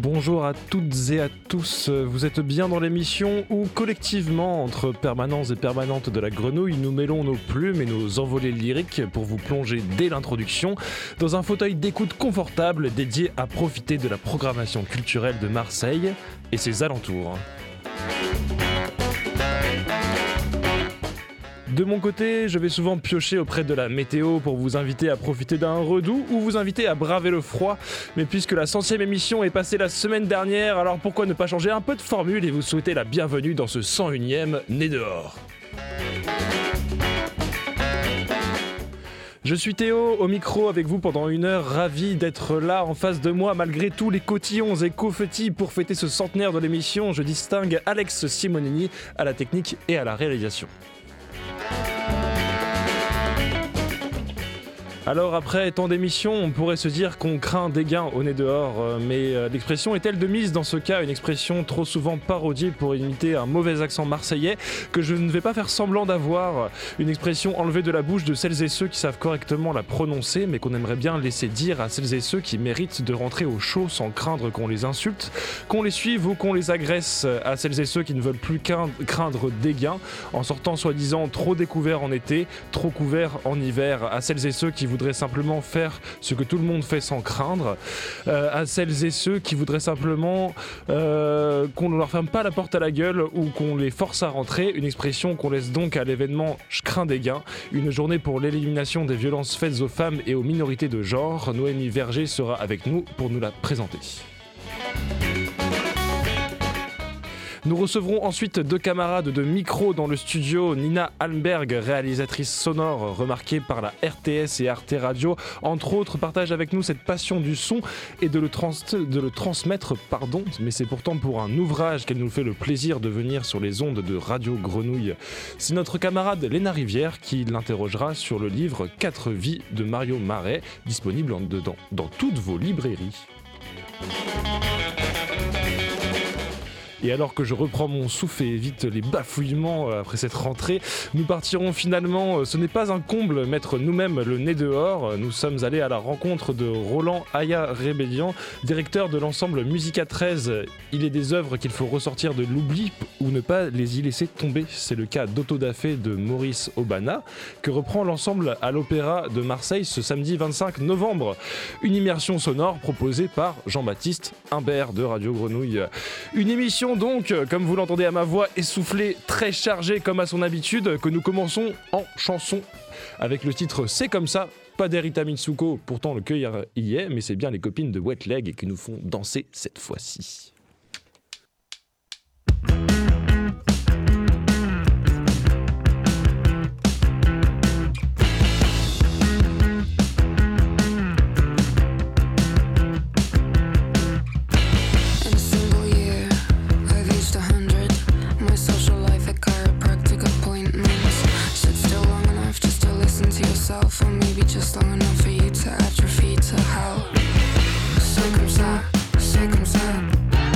Bonjour à toutes et à tous, vous êtes bien dans l'émission où collectivement, entre permanents et permanentes de la grenouille, nous mêlons nos plumes et nos envolées lyriques pour vous plonger dès l'introduction dans un fauteuil d'écoute confortable dédié à profiter de la programmation culturelle de Marseille et ses alentours. De mon côté, je vais souvent piocher auprès de la météo pour vous inviter à profiter d'un redout ou vous inviter à braver le froid. Mais puisque la 100e émission est passée la semaine dernière, alors pourquoi ne pas changer un peu de formule et vous souhaiter la bienvenue dans ce 101e Né dehors. Je suis Théo, au micro avec vous pendant une heure, ravi d'être là en face de moi malgré tous les cotillons et confettis pour fêter ce centenaire de l'émission. Je distingue Alex Simonini à la technique et à la réalisation. Alors après tant d'émissions, on pourrait se dire qu'on craint des gains au nez dehors, mais l'expression est-elle de mise dans ce cas, une expression trop souvent parodiée pour imiter un mauvais accent marseillais que je ne vais pas faire semblant d'avoir, une expression enlevée de la bouche de celles et ceux qui savent correctement la prononcer, mais qu'on aimerait bien laisser dire à celles et ceux qui méritent de rentrer au chaud sans craindre qu'on les insulte, qu'on les suive ou qu'on les agresse, à celles et ceux qui ne veulent plus craindre des gains, en sortant soi-disant trop découverts en été, trop couverts en hiver, à celles et ceux qui voudraient simplement faire ce que tout le monde fait sans craindre, à celles et ceux qui voudraient simplement qu'on ne leur ferme pas la porte à la gueule ou qu'on les force à rentrer, une expression qu'on laisse donc à l'événement « Je crains des gains », une journée pour l'élimination des violences faites aux femmes et aux minorités de genre. Noémie Verger sera avec nous pour nous la présenter. Nous recevrons ensuite deux camarades de micro dans le studio, Nina Almberg, réalisatrice sonore remarquée par la RTS et Arte Radio, entre autres partage avec nous cette passion du son et de le transmettre, mais c'est pourtant pour un ouvrage qu'elle nous fait le plaisir de venir sur les ondes de Radio Grenouille. C'est notre camarade Léna Rivière qui l'interrogera sur le livre 4 vies de Mario Marais, disponible dans toutes vos librairies. Et alors que je reprends mon souffle et évite les bafouillements après cette rentrée, nous partirons finalement, ce n'est pas un comble, mettre nous-mêmes le nez dehors. Nous sommes allés à la rencontre de Roland Aya-Rébellian, directeur de l'ensemble Musica 13. Il est des œuvres qu'il faut ressortir de l'oubli ou ne pas les y laisser tomber. C'est le cas d'Autodafé de Maurice Obana, que reprend l'ensemble à l'Opéra de Marseille ce samedi 25 novembre. Une immersion sonore proposée par Jean-Baptiste Imbert de Radio Grenouille. Une émission donc, comme vous l'entendez à ma voix essoufflée, très chargée comme à son habitude, que nous commençons en chanson avec le titre C'est comme ça, pas d'Erita Mitsuko, pourtant le cœur y est, mais c'est bien les copines de Wet Leg qui nous font danser cette fois-ci. Or maybe just long enough for you to atrophy to hell. C'est comme ça,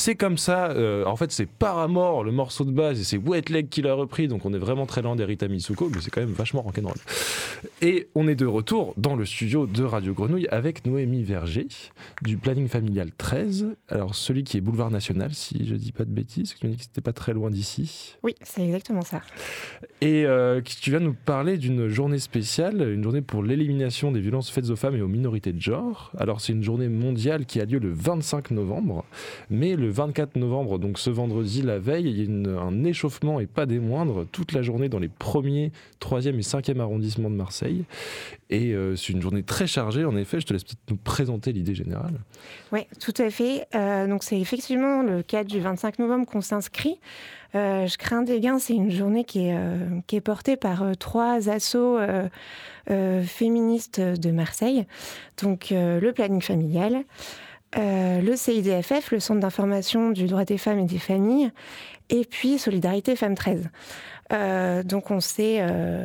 C'est comme ça, en fait c'est Paramore le morceau de base et c'est Wet Leg qui l'a repris, donc on est vraiment très loin d'Erita Mitsuko, mais c'est quand même vachement rock'n'roll. Et on est de retour dans le studio de Radio Grenouille avec Noémie Verger du Planning Familial 13, alors celui qui est boulevard National si je dis pas de bêtises, tu m'as dit que c'était pas très loin d'ici. Oui, c'est exactement ça. Et tu viens nous parler d'une journée spéciale, une journée pour l'élimination des violences faites aux femmes et aux minorités de genre. Alors c'est une journée mondiale qui a lieu le 25 novembre, mais le 24 novembre, donc ce vendredi, la veille, il y a un échauffement et pas des moindres toute la journée dans les 1er, 3e et 5e arrondissements de Marseille. Et c'est une journée très chargée, en effet. Je te laisse peut-être nous présenter l'idée générale. Oui, tout à fait. Donc c'est effectivement le cadre du 25 novembre qu'on s'inscrit. Je crains des gains, c'est une journée qui est portée par 3 assos féministes de Marseille. Donc le planning familial, le CIDFF, le Centre d'information du droit des femmes et des familles, et puis Solidarité Femmes 13. Donc on s'est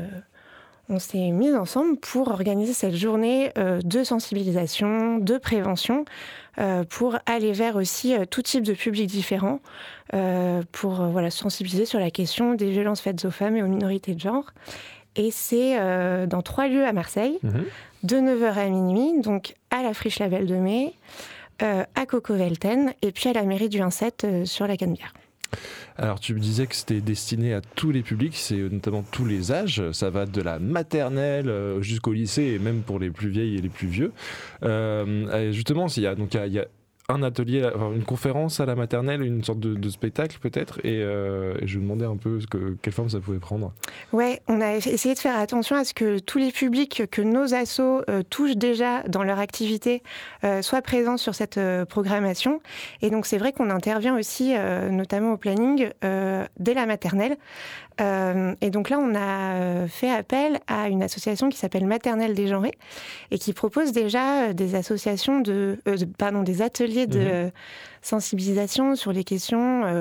mis ensemble pour organiser cette journée de sensibilisation, de prévention, pour aller vers aussi tout type de publics différents, pour sensibiliser sur la question des violences faites aux femmes et aux minorités de genre. Et c'est dans 3 lieux à Marseille, de 9h à minuit, donc à la Friche La Belle de Mai, à Coco-Velten, et puis à la mairie du 1-7 sur la Canebière. Alors tu me disais que c'était destiné à tous les publics, c'est notamment tous les âges, ça va de la maternelle jusqu'au lycée et même pour les plus vieilles et les plus vieux. Justement, il y a un atelier, une conférence à la maternelle, une sorte de spectacle peut-être, et je me demandais un peu quelle forme ça pouvait prendre. Ouais, on a essayé de faire attention à ce que tous les publics que nos assos touchent déjà dans leur activité soient présents sur cette programmation. Et donc c'est vrai qu'on intervient aussi, notamment au planning, dès la maternelle. Et donc là, on a fait appel à une association qui s'appelle Maternelle Dégenrée et qui propose déjà des associations des ateliers de sensibilisation sur les questions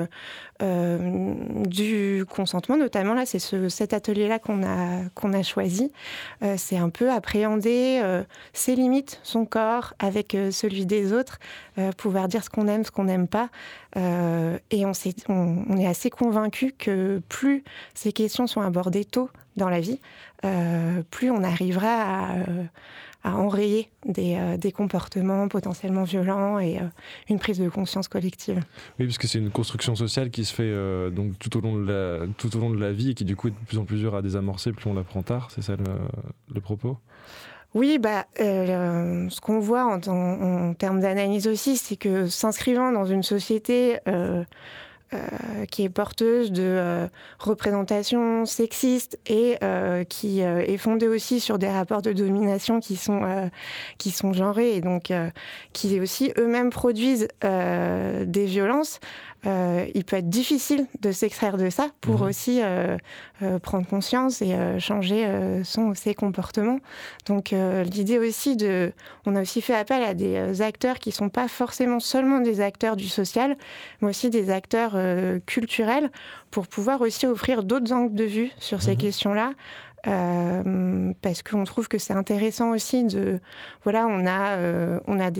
du consentement, notamment là, c'est cet atelier-là qu'on a choisi. C'est un peu appréhender ses limites, son corps avec celui des autres, pouvoir dire ce qu'on aime, ce qu'on n'aime pas. Et on est assez convaincus que plus ces questions sont abordées tôt dans la vie, plus on arrivera à enrayer des comportements potentiellement violents et une prise de conscience collective. Oui, parce que c'est une construction sociale qui se fait donc tout au long de la vie et qui du coup est de plus en plus dur à désamorcer plus on l'apprend tard, c'est ça le propos ? Oui, ce qu'on voit en termes d'analyse aussi, c'est que s'inscrivant dans une société qui est porteuse de représentations sexistes et qui est fondée aussi sur des rapports de domination qui sont genrés et donc qui aussi eux-mêmes produisent des violences. Il peut être difficile de s'extraire de ça pour aussi prendre conscience et changer ses comportements. Donc l'idée aussi on a aussi fait appel à des acteurs qui sont pas forcément seulement des acteurs du social, mais aussi des acteurs culturels pour pouvoir aussi offrir d'autres angles de vue sur ces questions-là. Parce qu'on trouve que c'est intéressant aussi on a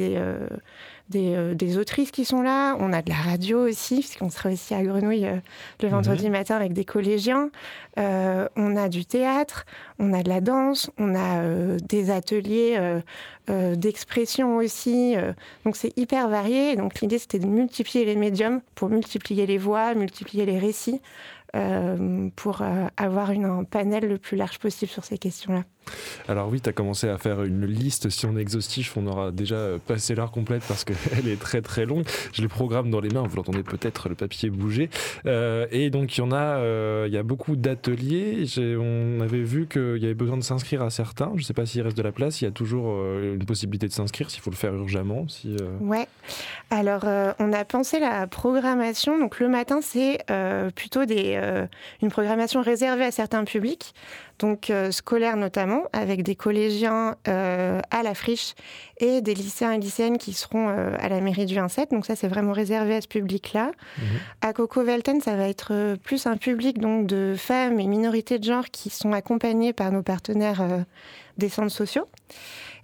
des autrices qui sont là, on a de la radio aussi, puisqu'on sera aussi à Grenouille le vendredi matin avec des collégiens, on a du théâtre, on a de la danse, on a des ateliers d'expression aussi, donc c'est hyper varié. Donc l'idée c'était de multiplier les médiums pour multiplier les voix, multiplier les récits, pour avoir un panel le plus large possible sur ces questions-là. Alors oui, tu as commencé à faire une liste. Si on est exhaustif, on aura déjà passé l'heure complète parce qu'elle est très très longue. Je les programme dans les mains, vous l'entendez peut-être le papier bouger. Et donc il y a beaucoup d'ateliers. On avait vu qu'il y avait besoin de s'inscrire à certains. Je ne sais pas s'il reste de la place. Il y a toujours une possibilité de s'inscrire s'il faut le faire urgemment. Ouais. Alors on a pensé la programmation. Donc le matin, c'est plutôt une programmation réservée à certains publics. Donc scolaires notamment, avec des collégiens à la Friche et des lycéens et lycéennes qui seront à la mairie du 1-7. Donc ça, c'est vraiment réservé à ce public-là. À Coco-Velten, ça va être plus un public donc, de femmes et minorités de genre qui sont accompagnées par nos partenaires des centres sociaux.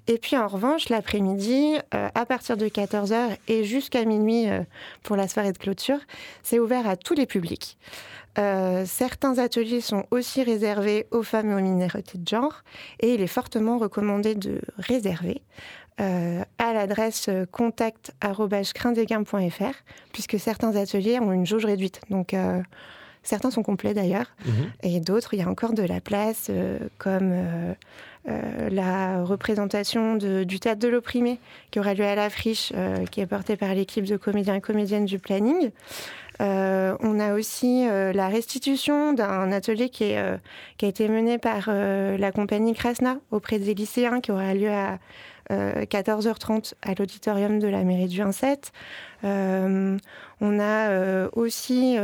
Et puis en revanche, l'après-midi, à partir de 14h et jusqu'à minuit pour la soirée de clôture, c'est ouvert à tous les publics. Certains ateliers sont aussi réservés aux femmes et aux minorités de genre, et il est fortement recommandé de réserver à l'adresse contact@crindegain.fr, puisque certains ateliers ont une jauge réduite. Donc certains sont complets d'ailleurs, et d'autres, il y a encore de la place, comme la représentation du Théâtre de l'Opprimé, qui aura lieu à la Friche, qui est portée par l'équipe de comédiens et comédiennes du planning. On a aussi la restitution d'un atelier qui a été mené par la compagnie Krasna auprès des lycéens, qui aura lieu à 14h30 à l'auditorium de la mairie du 1-7. On a aussi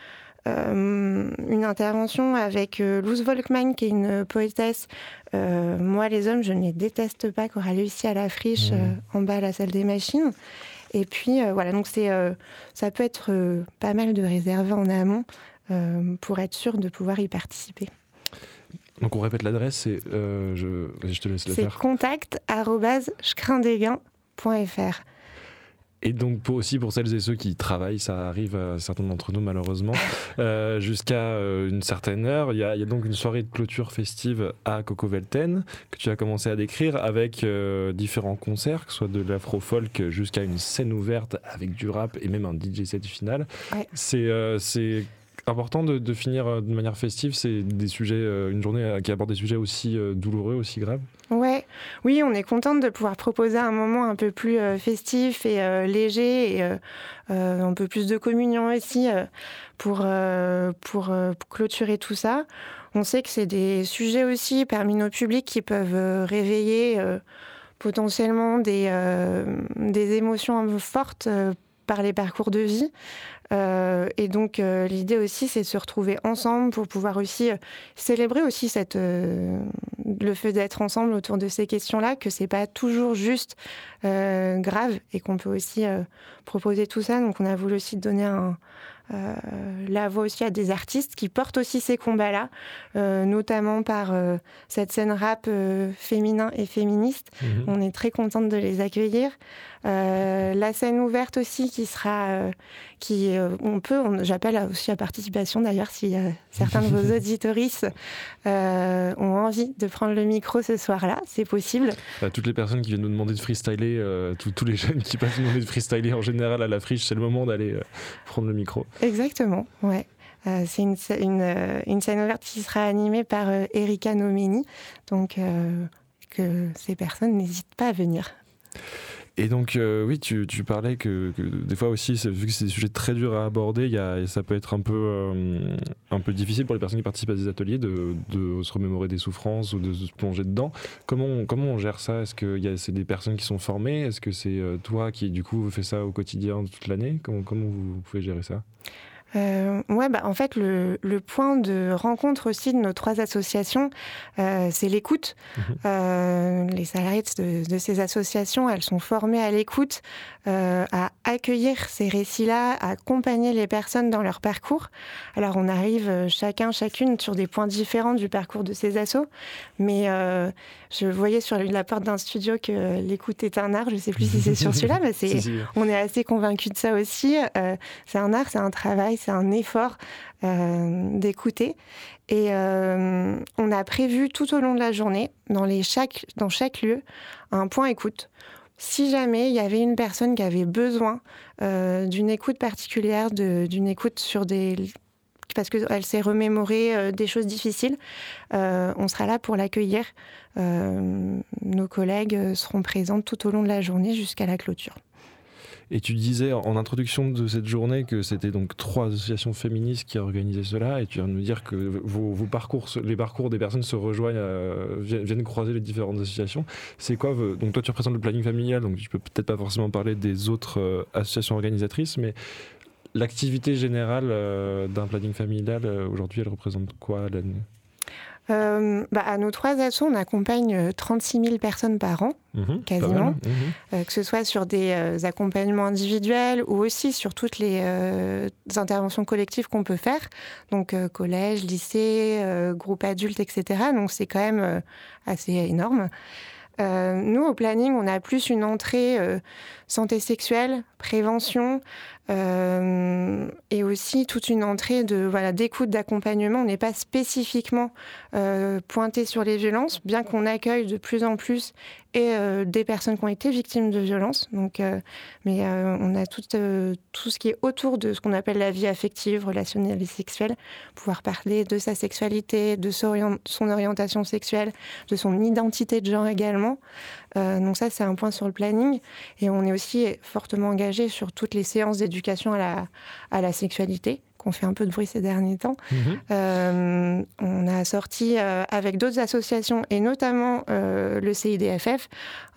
une intervention avec Luz Volkmann, qui est une poétesse. Moi, les hommes, je ne les déteste pas, qui aura lieu ici à la Friche, en bas à la salle des machines. Et puis, voilà, donc ça peut être pas mal de réserver en amont pour être sûr de pouvoir y participer. Donc, on répète l'adresse, c'est... je te laisse le faire. C'est contact@crindegain.fr. Et donc aussi pour celles et ceux qui travaillent, ça arrive à certains d'entre nous malheureusement, jusqu'à une certaine heure. Il y a donc une soirée de clôture festive à Coco-Velten que tu as commencé à décrire avec différents concerts, que ce soit de l'afro-folk jusqu'à une scène ouverte avec du rap et même un DJ set final. Ouais. C'est important de finir de manière festive. C'est des sujets, une journée qui aborde des sujets aussi douloureux, aussi graves. Oui, on est contente de pouvoir proposer un moment un peu plus festif et léger, et un peu plus de communion aussi pour clôturer tout ça. On sait que c'est des sujets aussi parmi nos publics qui peuvent réveiller potentiellement des émotions fortes par les parcours de vie. Et donc l'idée aussi, c'est de se retrouver ensemble pour pouvoir aussi célébrer aussi le fait d'être ensemble autour de ces questions-là, que c'est pas toujours juste grave, et qu'on peut aussi proposer tout ça. Donc on a voulu aussi donner la voix aussi à des artistes qui portent aussi ces combats-là, notamment par cette scène rap féminin et féministe. On est très contente de les accueillir. La scène ouverte aussi qui sera... j'appelle aussi à participation d'ailleurs, si certains de vos auditoristes ont envie de prendre le micro ce soir-là, c'est possible. Toutes les personnes qui viennent nous demander de freestyler, tous les jeunes qui passent nous demander de freestyler en général à la Friche, c'est le moment d'aller prendre le micro. Exactement, ouais. C'est une scène ouverte qui sera animée par Erika Nomeni, donc que ces personnes n'hésitent pas à venir. Et donc, oui, tu parlais que des fois aussi, vu que c'est des sujets très durs à aborder, ça peut être un peu difficile pour les personnes qui participent à des ateliers de se remémorer des souffrances ou de se plonger dedans. Comment on gère ça ? Est-ce que c'est des personnes qui sont formées ? Est-ce que c'est toi qui, du coup, fais ça au quotidien toute l'année ? Comment vous pouvez gérer ça ? En fait, le point de rencontre aussi de nos 3 associations, c'est l'écoute. Les salariés de ces associations, elles sont formées à l'écoute, à accueillir ces récits-là, à accompagner les personnes dans leur parcours. Alors, on arrive chacune sur des points différents du parcours de ces assos, mais je voyais sur la porte d'un studio que l'écoute est un art. Je ne sais plus si c'est sur celui-là, mais on est assez convaincus de ça aussi. C'est un art, c'est un travail, c'est un effort d'écouter. Et on a prévu tout au long de la journée, dans chaque lieu, un point écoute. Si jamais il y avait une personne qui avait besoin d'une écoute particulière, d'une écoute parce qu'elle s'est remémorée des choses difficiles, on sera là pour l'accueillir. Nos collègues seront présents tout au long de la journée jusqu'à la clôture. Et tu disais en introduction de cette journée que c'était donc 3 associations féministes qui organisaient cela, et tu viens de nous dire que vos parcours, les parcours des personnes se rejoignent, viennent croiser les différentes associations. C'est quoi donc toi tu représentes le planning familial, donc tu peux peut-être pas forcément parler des autres associations organisatrices, mais l'activité générale d'un planning familial aujourd'hui, elle représente quoi à l'année ? À nos 3 assos, on accompagne 36 000 personnes par an, quasiment, que ce soit sur des accompagnements individuels ou aussi sur toutes les interventions collectives qu'on peut faire, donc collège, lycée, groupe adulte, etc. Donc c'est quand même assez énorme. Nous, au planning, on a plus une entrée santé sexuelle, prévention, et aussi toute une entrée d'écoute, d'accompagnement. On n'est pas spécifiquement pointé sur les violences, bien qu'on accueille de plus en plus des personnes qui ont été victimes de violences. Donc, mais on a tout ce qui est autour de ce qu'on appelle la vie affective, relationnelle et sexuelle, pouvoir parler de sa sexualité, de son orientation sexuelle, de son identité de genre également. Donc ça, c'est un point sur le planning. Et on est aussi fortement engagé sur toutes les séances d'éducation à la sexualité, qu'on fait un peu de bruit ces derniers temps. On a sorti avec d'autres associations, et notamment le CIDFF,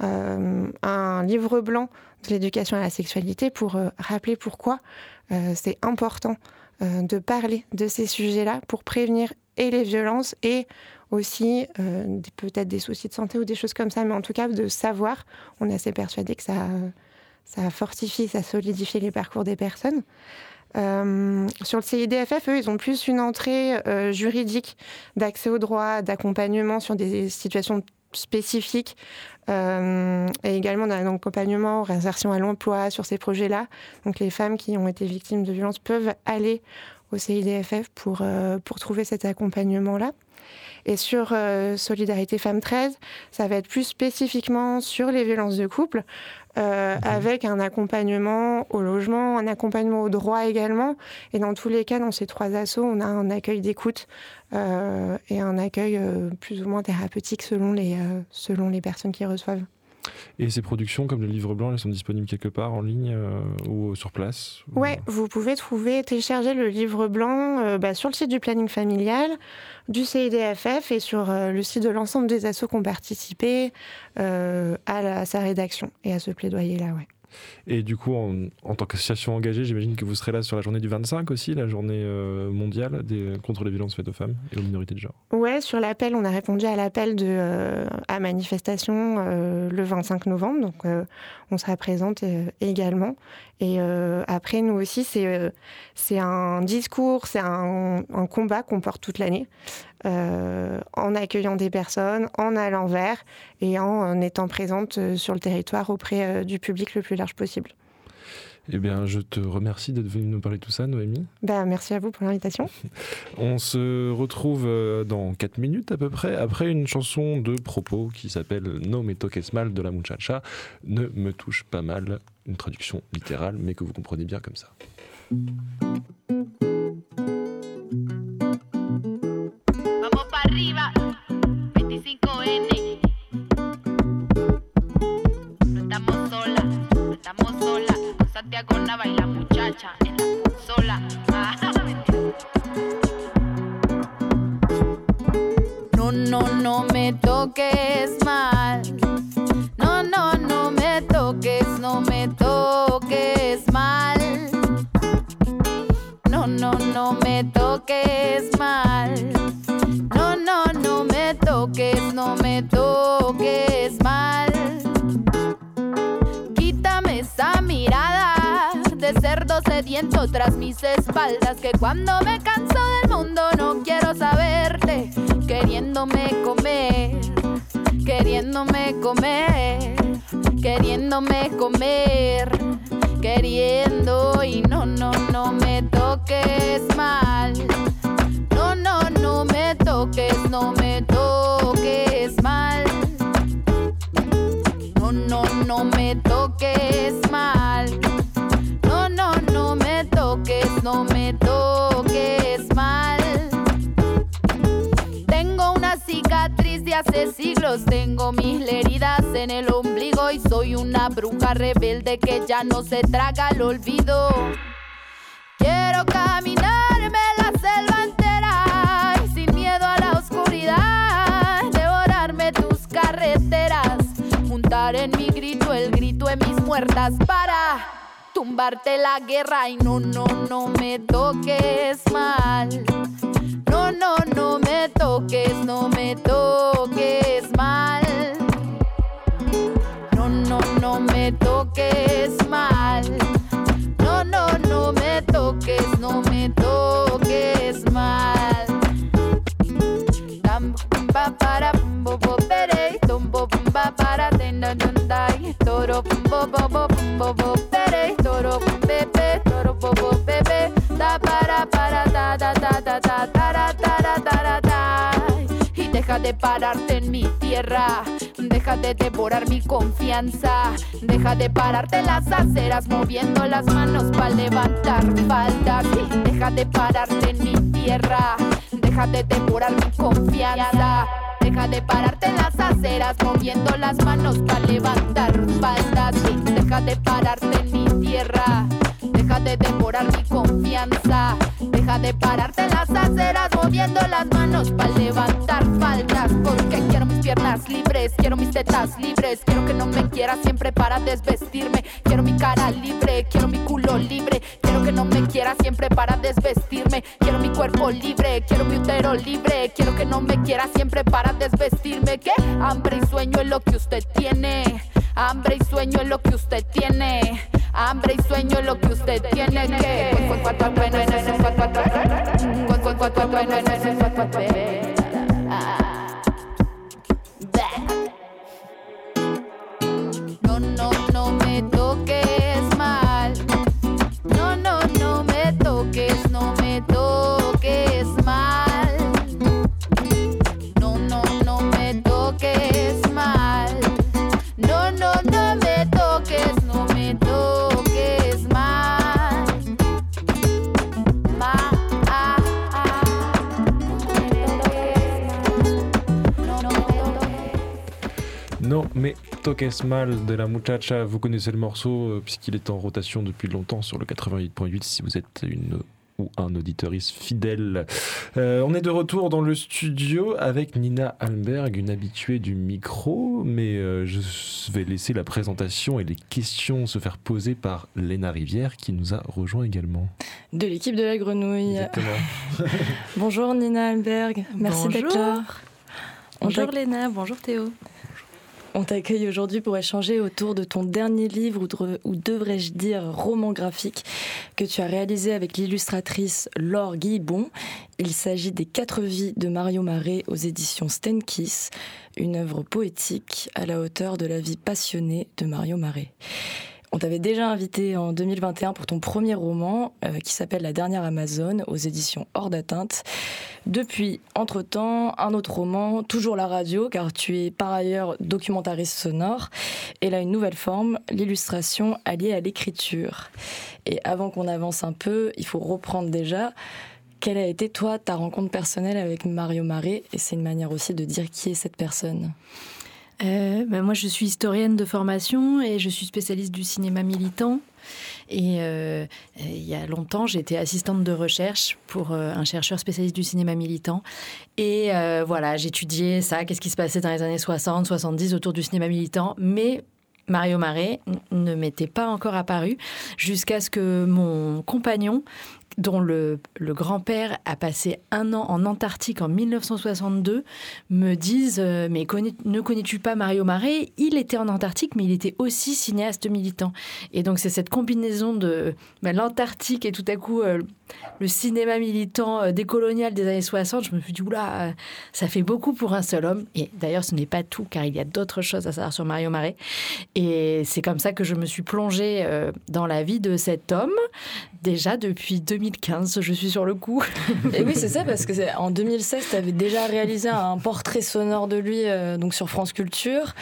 un livre blanc de l'éducation à la sexualité pour rappeler pourquoi c'est important de parler de ces sujets-là pour prévenir et les violences et aussi peut-être des soucis de santé ou des choses comme ça, mais en tout cas de savoir, on est assez persuadé que ça fortifie, ça solidifie les parcours des personnes. Sur le CIDFF, eux, ils ont plus une entrée juridique d'accès aux droits, d'accompagnement sur des situations spécifiques, et également d'un accompagnement, réinsertion à l'emploi sur ces projets-là. Donc les femmes qui ont été victimes de violences peuvent aller au CIDFF pour trouver cet accompagnement-là. Et sur Solidarité Femmes 13, ça va être plus spécifiquement sur les violences de couple, avec un accompagnement au logement, un accompagnement au droit également. Et dans tous les cas, dans ces 3 assos, on a un accueil d'écoute et un accueil plus ou moins thérapeutique selon les personnes qui reçoivent. Et ces productions, comme le livre blanc, elles sont disponibles quelque part en ligne ou sur place? Ouais, vous pouvez télécharger le livre blanc sur le site du planning familial, du CIDFF et sur le site de l'ensemble des assos qui ont participé à sa rédaction et à ce plaidoyer-là, ouais. Et du coup, en tant qu'association engagée, j'imagine que vous serez là sur la journée du 25 aussi, la journée mondiale contre les violences faites aux femmes et aux minorités de genre. Ouais, sur l'appel, on a répondu à l'appel à manifestation le 25 novembre, donc on sera présente également. Et après, nous aussi, c'est un discours, c'est un combat qu'on porte toute l'année, en accueillant des personnes, en allant vers et en étant présente sur le territoire auprès du public le plus large possible. Eh bien, je te remercie d'être venue nous parler de tout ça, Noémie. Merci à vous pour l'invitation. On se retrouve dans 4 minutes à peu près, après une chanson de Propos qui s'appelle No me toques mal de la muchacha. Ne me touche pas mal, une traduction littérale, mais que vous comprenez bien comme ça. Vamos para arriba, 25N. No estamos solas. Santiago Nava y la muchacha en la consola. No me toques mal. No me toques, no me toques mal. No me toques mal. No me toques, no me toques mal. Quítame esa mirada de cerdo sediento tras mis espaldas, que cuando me canso del mundo no quiero saberte, queriéndome comer, queriéndome comer, queriéndome comer, queriendo. Y no me toques mal. No me toques, no me toques mal. No me toques mal. No me toques, no me toques mal. Tengo una cicatriz de hace siglos, tengo mil heridas en el ombligo y soy una bruja rebelde que ya no se traga el olvido. Quiero caminarme la selva entera y sin miedo a la oscuridad, devorarme tus carreteras, juntar en mi grito el grito de mis muertas para tumbarte la guerra. Y no me toques mal. No me toques, no me toques mal. No me toques mal. No me toques, no me toques mal. Tam pa para bo pere, tom pa para toro bo bo bo bo bo pere toro pepe toro bo bo pepe da para da da da da da da da da da. Y deja de pararte en mi tierra, deja de devorar mi confianza, deja de pararte en las aceras moviendo las manos para levantar faldas. Y deja de pararte en mi tierra, deja de devorar mi confianza, deja de pararte en las aceras moviendo las manos para levantar faldas. Y deja de pararte en mi tierra, deja de devorar mi confianza, deja de pararte en las aceras moviendo las manos para levantar faldas. Porque quiero mis piernas libres, quiero mis tetas libres, quiero que no me quiera siempre para desvestirme, quiero mi cara libre, quiero mi culo libre, quiero que no me quiera siempre para desvestirme, quiero mi cuerpo libre, quiero mi útero libre, quiero que no me quiera siempre para desvestirme. ¿Qué? Hambre y sueño es lo que usted tiene, hambre y sueño es lo que usted tiene, hambre y sueño es lo que usted tiene. Que no, no, no me toques mal, no, no, no me toques, no me toques mal, no, no, no me toques mal, no, no, no me toques, no me toques mal, Non mais toques mal de la muchacha, vous connaissez le morceau puisqu'il est en rotation depuis longtemps sur le 88.8 si vous êtes une ou un auditoriste fidèle. On est de retour dans le studio avec Nina Ahlberg, une habituée du micro, mais je vais laisser la présentation et les questions se faire poser par Léna Rivière qui nous a rejoint également. De l'équipe de la Grenouille. Exactement. Bonjour Nina Ahlberg, merci d'être là. Bonjour Léna, bonjour Théo. On t'accueille aujourd'hui pour échanger autour de ton dernier livre, ou devrais-je dire roman graphique, que tu as réalisé avec l'illustratrice Laure Guillebon. Il s'agit des 4 vies de Mario Marais aux éditions Stenkiss, une œuvre poétique à la hauteur de la vie passionnée de Mario Marais. On t'avait déjà invité en 2021 pour ton premier roman qui s'appelle La dernière Amazone aux éditions Hors d'atteinte. Depuis, entre-temps, un autre roman, toujours la radio, car tu es par ailleurs documentariste sonore, et là une nouvelle forme, l'illustration alliée à l'écriture. Et avant qu'on avance un peu, il faut reprendre déjà. Quelle a été, toi, ta rencontre personnelle avec Mario Marais ? Et c'est une manière aussi de dire qui est cette personne. Moi, je suis historienne de formation et je suis spécialiste du cinéma militant. Et il y a longtemps, j'étais assistante de recherche pour un chercheur spécialiste du cinéma militant. Et voilà, j'étudiais ça, qu'est-ce qui se passait dans les années 60, 70 autour du cinéma militant. Mais Mario Marais ne m'était pas encore apparu jusqu'à ce que mon compagnon, dont le grand-père a passé 1 an en Antarctique en 1962, me disent mais ne connais-tu pas Mario Marais ? Il était en Antarctique, mais il était aussi cinéaste militant. Et donc c'est cette combinaison de l'Antarctique et tout à coup le cinéma militant décolonial des années 60. Je me suis dit oula, ça fait beaucoup pour un seul homme. Et d'ailleurs ce n'est pas tout, car il y a d'autres choses à savoir sur Mario Marais. Et c'est comme ça que je me suis plongée dans la vie de cet homme. Déjà depuis 2015, je suis sur le coup. Et oui, c'est ça, parce que en 2016, tu avais déjà réalisé un portrait sonore de lui donc sur France Culture.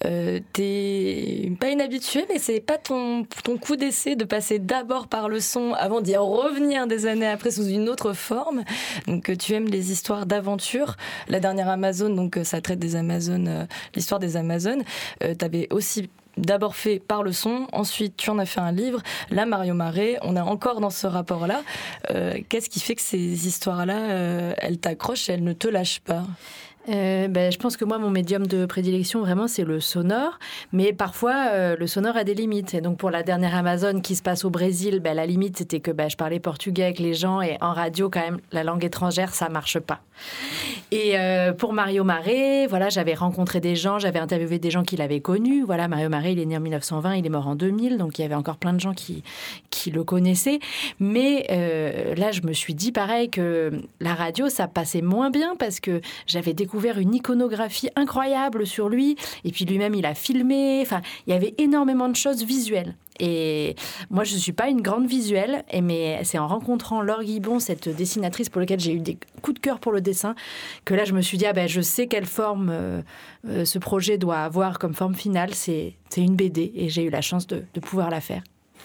T'es pas inhabitué, mais c'est pas ton coup d'essai de passer d'abord par le son avant d'y revenir des années après sous une autre forme. Donc tu aimes les histoires d'aventure. La dernière Amazone, donc ça traite des Amazones, l'histoire des Amazones. T'avais aussi d'abord fait par le son, ensuite tu en as fait un livre. Là, Mario Marais, on est encore dans ce rapport-là. Qu'est-ce qui fait que ces histoires-là, elles t'accrochent et elles ne te lâchent pas ? Je pense que moi, mon médium de prédilection, vraiment, c'est le sonore. Mais parfois, le sonore a des limites. Et donc, pour la dernière Amazone qui se passe au Brésil, la limite, c'était que je parlais portugais avec les gens. Et en radio, quand même, la langue étrangère, ça marche pas. Et pour Mario Marais, voilà, j'avais rencontré des gens, j'avais interviewé des gens qui l'avaient connu. Voilà, Mario Marais, il est né en 1920, il est mort en 2000. Donc, il y avait encore plein de gens qui le connaissaient. Mais là, je me suis dit, pareil, que la radio, ça passait moins bien parce que j'avais découvert découvert une iconographie incroyable sur lui. Et puis lui-même, il a filmé. Enfin, il y avait énormément de choses visuelles. Et moi, je ne suis pas une grande visuelle, mais c'est en rencontrant Laure Guibon, cette dessinatrice pour laquelle j'ai eu des coups de cœur pour le dessin, que là, je me suis dit, je sais quelle forme ce projet doit avoir comme forme finale. C'est une BD et j'ai eu la chance de pouvoir la faire.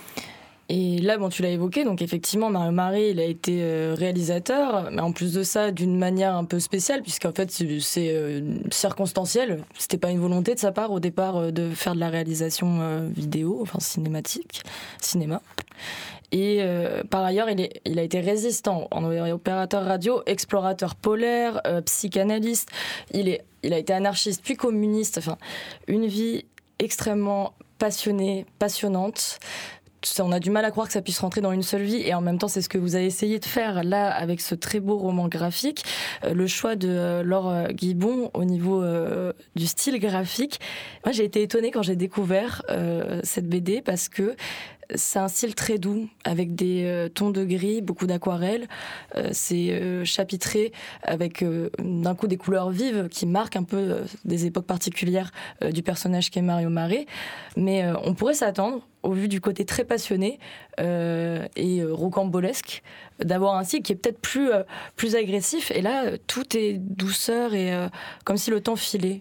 Et là, tu l'as évoqué, donc effectivement, Mario Maré, il a été réalisateur, mais en plus de ça, d'une manière un peu spéciale, puisqu'en fait, c'est circonstanciel. C'était pas une volonté de sa part, au départ, de faire de la réalisation vidéo, enfin cinéma. Et par ailleurs, il a été résistant, opérateur radio, explorateur polaire, psychanalyste. Il a été anarchiste, puis communiste. Enfin, une vie extrêmement passionnante. On a du mal à croire que ça puisse rentrer dans une seule vie, et en même temps c'est ce que vous avez essayé de faire là avec ce très beau roman graphique. Le choix de Laure Guibon au niveau du style graphique, moi j'ai été étonnée quand j'ai découvert cette BD, parce que c'est un style très doux, avec des tons de gris, beaucoup d'aquarelles. C'est chapitré avec d'un coup des couleurs vives qui marquent un peu des époques particulières du personnage qu'est Mario Maré. Mais on pourrait s'attendre, au vu du côté très passionné et rocambolesque, d'avoir un style qui est peut-être plus agressif. Et là, tout est douceur et comme si le temps filait.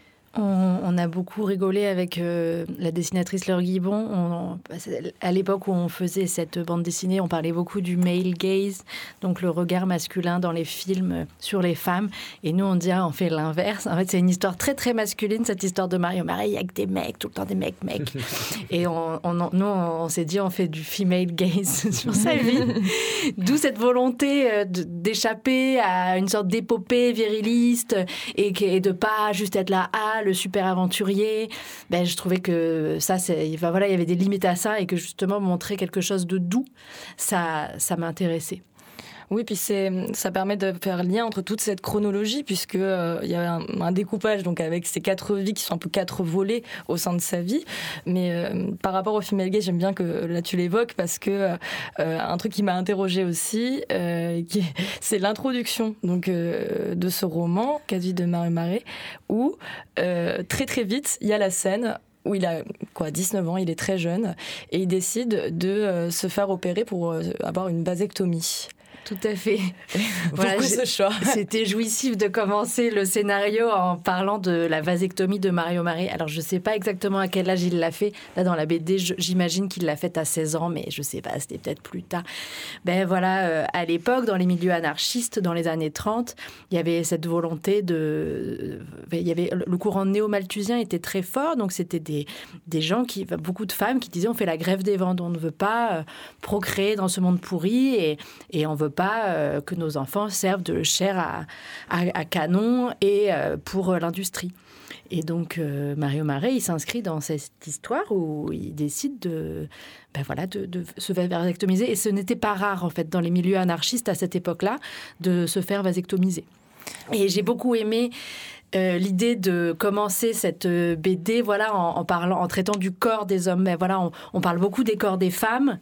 On a beaucoup rigolé avec la dessinatrice Laure Guibon. À l'époque où on faisait cette bande dessinée, on parlait beaucoup du male gaze, donc le regard masculin dans les films sur les femmes. Et nous, on dirait, on fait l'inverse. En fait, c'est une histoire très, très masculine, cette histoire de Mario Maré. Il n'y a que des mecs, tout le temps des mecs. Et nous, on s'est dit, on fait du female gaze sur sa vie. D'où cette volonté d'échapper à une sorte d'épopée viriliste et de pas juste être là, le super aventurier. Je trouvais que ça, il y avait des limites à ça, et que justement montrer quelque chose de doux, ça m'intéressait. Oui, puis ça permet de faire lien entre toute cette chronologie, puisque y a un découpage donc avec ces 4 vies qui sont un peu 4 volets au sein de sa vie. Mais par rapport au female gaze, j'aime bien que là tu l'évoques, parce que un truc qui m'a interrogée aussi, c'est l'introduction donc de ce roman, 4 vies de Mario Maré, où très très vite il y a la scène où il a 19 ans, il est très jeune, et il décide de se faire opérer pour avoir une vasectomie. Tout à fait. Pourquoi ce choix ? C'était jouissif de commencer le scénario en parlant de la vasectomie de Mario Maré. Alors, je ne sais pas exactement à quel âge il l'a fait. Là, dans la BD, j'imagine qu'il l'a fait à 16 ans, mais je ne sais pas, c'était peut-être plus tard. À l'époque, dans les milieux anarchistes, dans les années 30, il y avait cette volonté le courant néo-malthusien était très fort, donc c'était des gens, beaucoup de femmes qui disaient on fait la grève des vendes, on ne veut pas procréer dans ce monde pourri, et on veut pas que nos enfants servent de chair à canon et pour l'industrie. Et donc Mario Maré, il s'inscrit dans cette histoire où il décide de se faire vasectomiser. Et ce n'était pas rare en fait dans les milieux anarchistes à cette époque-là de se faire vasectomiser. Et j'ai beaucoup aimé l'idée de commencer cette BD en traitant du corps des hommes. Mais on parle beaucoup des corps des femmes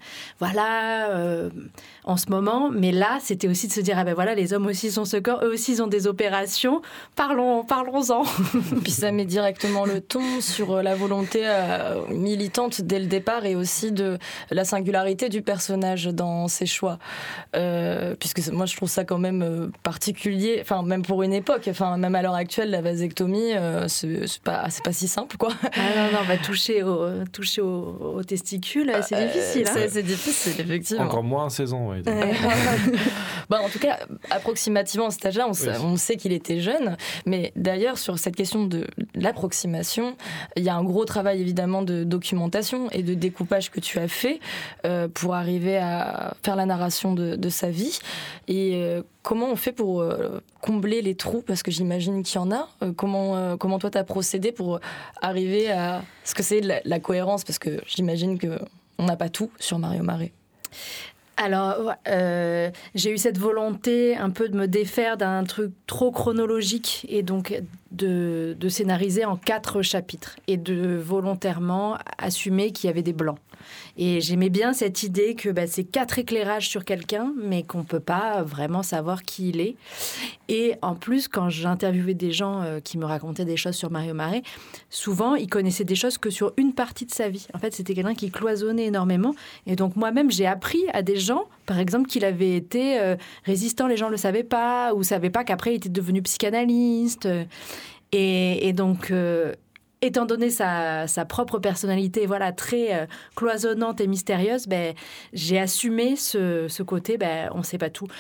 en ce moment, mais là c'était aussi de se dire les hommes aussi sont ce corps, eux aussi ils ont des opérations, parlons-en. Puis ça met directement le ton sur la volonté militante dès le départ, et aussi de la singularité du personnage dans ses choix, puisque moi je trouve ça quand même particulier, même pour une époque, même à l'heure actuelle, la vasectomie, c'est pas si simple, quoi. Toucher aux testicules, c'est difficile. C'est difficile, effectivement. Encore moins à 16 ans, ouais. En tout cas, approximativement à cet âge-là, on sait qu'il était jeune. Mais d'ailleurs, sur cette question de l'approximation, il y a un gros travail évidemment de documentation et de découpage que tu as fait pour arriver à faire la narration de sa vie. Et comment on fait pour combler les trous ? Parce que j'imagine qu'il y en a. Comment toi t'as procédé pour arriver à ce que c'est la cohérence ? Parce que j'imagine qu'on n'a pas tout sur Mario Maré. Alors, j'ai eu cette volonté un peu de me défaire d'un truc trop chronologique, et donc de scénariser en 4 chapitres, et de volontairement assumer qu'il y avait des blancs. Et j'aimais bien cette idée que c'est 4 éclairages sur quelqu'un, mais qu'on ne peut pas vraiment savoir qui il est. Et en plus, quand j'interviewais des gens qui me racontaient des choses sur Mario Marais, souvent, ils connaissaient des choses que sur une partie de sa vie. En fait, c'était quelqu'un qui cloisonnait énormément. Et donc, moi-même, j'ai appris à des gens, par exemple, qu'il avait été résistant, les gens ne le savaient pas, ou ne savaient pas qu'après, il était devenu psychanalyste. Et donc... étant donné sa propre personnalité très cloisonnante et mystérieuse, j'ai assumé ce côté, on ne sait pas tout.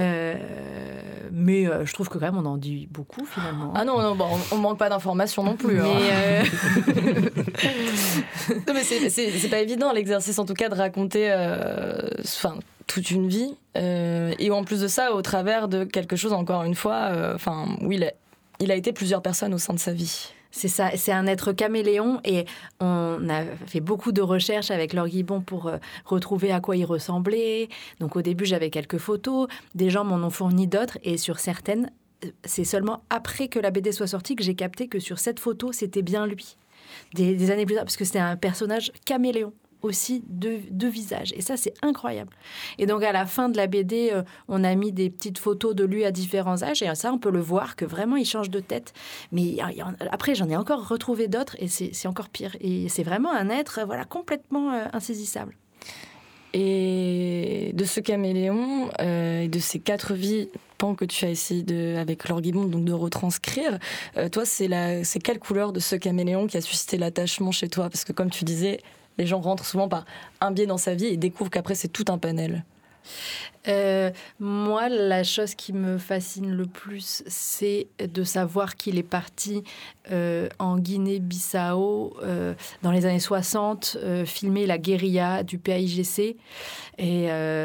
Mais je trouve que quand même on en dit beaucoup finalement. Ah non, on ne manque pas d'informations non plus. Mais non, mais c'est pas évident l'exercice en tout cas de raconter toute une vie. Et en plus de ça, au travers de quelque chose, encore une fois, où il a été plusieurs personnes au sein de sa vie. C'est ça, c'est un être caméléon et on a fait beaucoup de recherches avec Laure Guibon pour retrouver à quoi il ressemblait. Donc au début, j'avais quelques photos, des gens m'en ont fourni d'autres et sur certaines, c'est seulement après que la BD soit sortie que j'ai capté que sur cette photo, c'était bien lui. Des années plus tard, parce que c'était un personnage caméléon. Aussi deux visages. Et ça, c'est incroyable. Et donc, à la fin de la BD, on a mis des petites photos de lui à différents âges. Et ça, on peut le voir que vraiment, il change de tête. Mais après, j'en ai encore retrouvé d'autres et c'est encore pire. Et c'est vraiment un être complètement insaisissable. Et de ce caméléon et de ces 4 vies que tu as essayé avec Laure Guibon donc de retranscrire, toi, c'est quelle couleur de ce caméléon qui a suscité l'attachement chez toi? Parce que comme tu disais, les gens rentrent souvent par un biais dans sa vie et découvrent qu'après, c'est tout un panel. Moi, la chose qui me fascine le plus, c'est de savoir qu'il est parti en Guinée-Bissau dans les années 60, filmer la guérilla du PAIGC et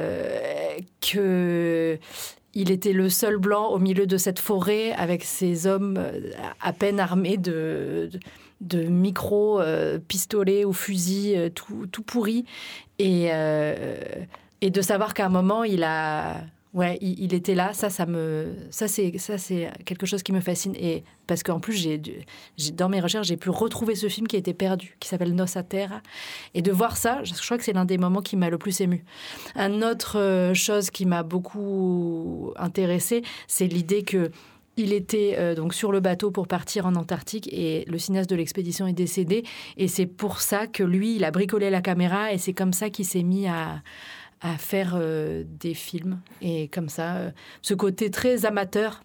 qu'il était le seul blanc au milieu de cette forêt avec ces hommes à peine armés de micros, pistolets ou fusils tout pourris et de savoir qu'à un moment il était là, ça c'est quelque chose qui me fascine et parce qu'en plus dans mes recherches j'ai pu retrouver ce film qui a été perdu qui s'appelle Nossa Terra et de voir ça, je crois que c'est l'un des moments qui m'a le plus émue. Un autre chose qui m'a beaucoup intéressée, c'est l'idée que il était donc sur le bateau pour partir en Antarctique et le cinéaste de l'expédition est décédé. Et c'est pour ça que lui, il a bricolé la caméra et c'est comme ça qu'il s'est mis à faire des films. Et comme ça, ce côté très amateur,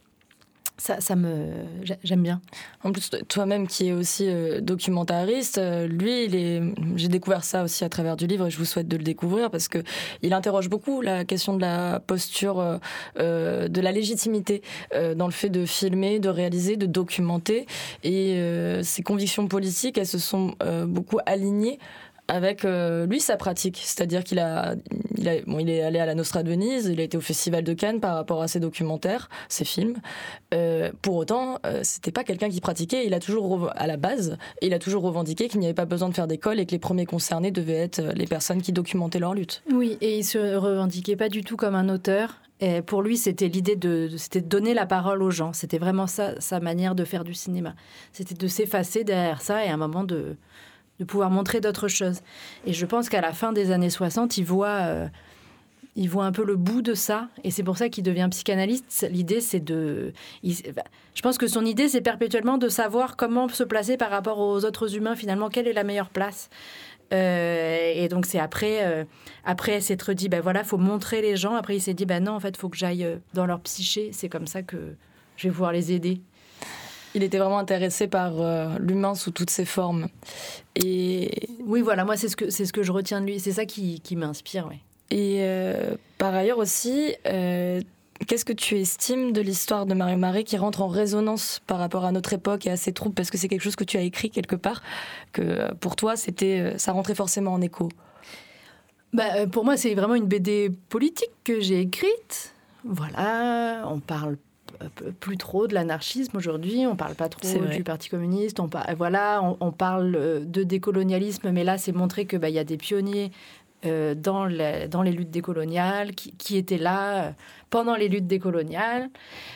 j'aime bien. En plus, toi-même qui es aussi documentariste, lui, j'ai découvert ça aussi à travers du livre et je vous souhaite de le découvrir parce qu'il interroge beaucoup la question de la posture, de la légitimité dans le fait de filmer, de réaliser, de documenter. Et ses convictions politiques, elles se sont beaucoup alignées avec lui sa pratique, c'est-à-dire qu'il il est allé à la Nostra de Venise, il a été au Festival de Cannes par rapport à ses documentaires, ses films. Pour autant, c'était pas quelqu'un qui pratiquait. Il a toujours à la base, il a toujours revendiqué qu'il n'y avait pas besoin de faire d'école et que les premiers concernés devaient être les personnes qui documentaient leur lutte. Oui, et il se revendiquait pas du tout comme un auteur. Et pour lui, c'était l'idée c'était de donner la parole aux gens. C'était vraiment ça, sa manière de faire du cinéma. C'était de s'effacer derrière ça et à un moment de pouvoir montrer d'autres choses. Et je pense qu'à la fin des années 60, il voit un peu le bout de ça. Et c'est pour ça qu'il devient psychanalyste. L'idée, c'est je pense que son idée, c'est perpétuellement de savoir comment se placer par rapport aux autres humains. Finalement, quelle est la meilleure place ? Et donc, c'est après s'être dit, faut montrer les gens. Après, il s'est dit, non, en fait, il faut que j'aille dans leur psyché. C'est comme ça que je vais pouvoir les aider. Il était vraiment intéressé par l'humain sous toutes ses formes. Et oui, voilà, moi, c'est ce que je retiens de lui. C'est ça qui m'inspire, oui. Et par ailleurs aussi, qu'est-ce que tu estimes de l'histoire de Mario Marais qui rentre en résonance par rapport à notre époque et à ses troupes? Parce que c'est quelque chose que tu as écrit quelque part, que pour toi, ça rentrait forcément en écho. Pour moi, c'est vraiment une BD politique que j'ai écrite. Voilà, on parle plus trop de l'anarchisme aujourd'hui, on parle pas trop du Parti communiste, on parle de décolonialisme, mais là c'est montré que y a des pionniers dans les luttes décoloniales qui étaient là pendant les luttes décoloniales.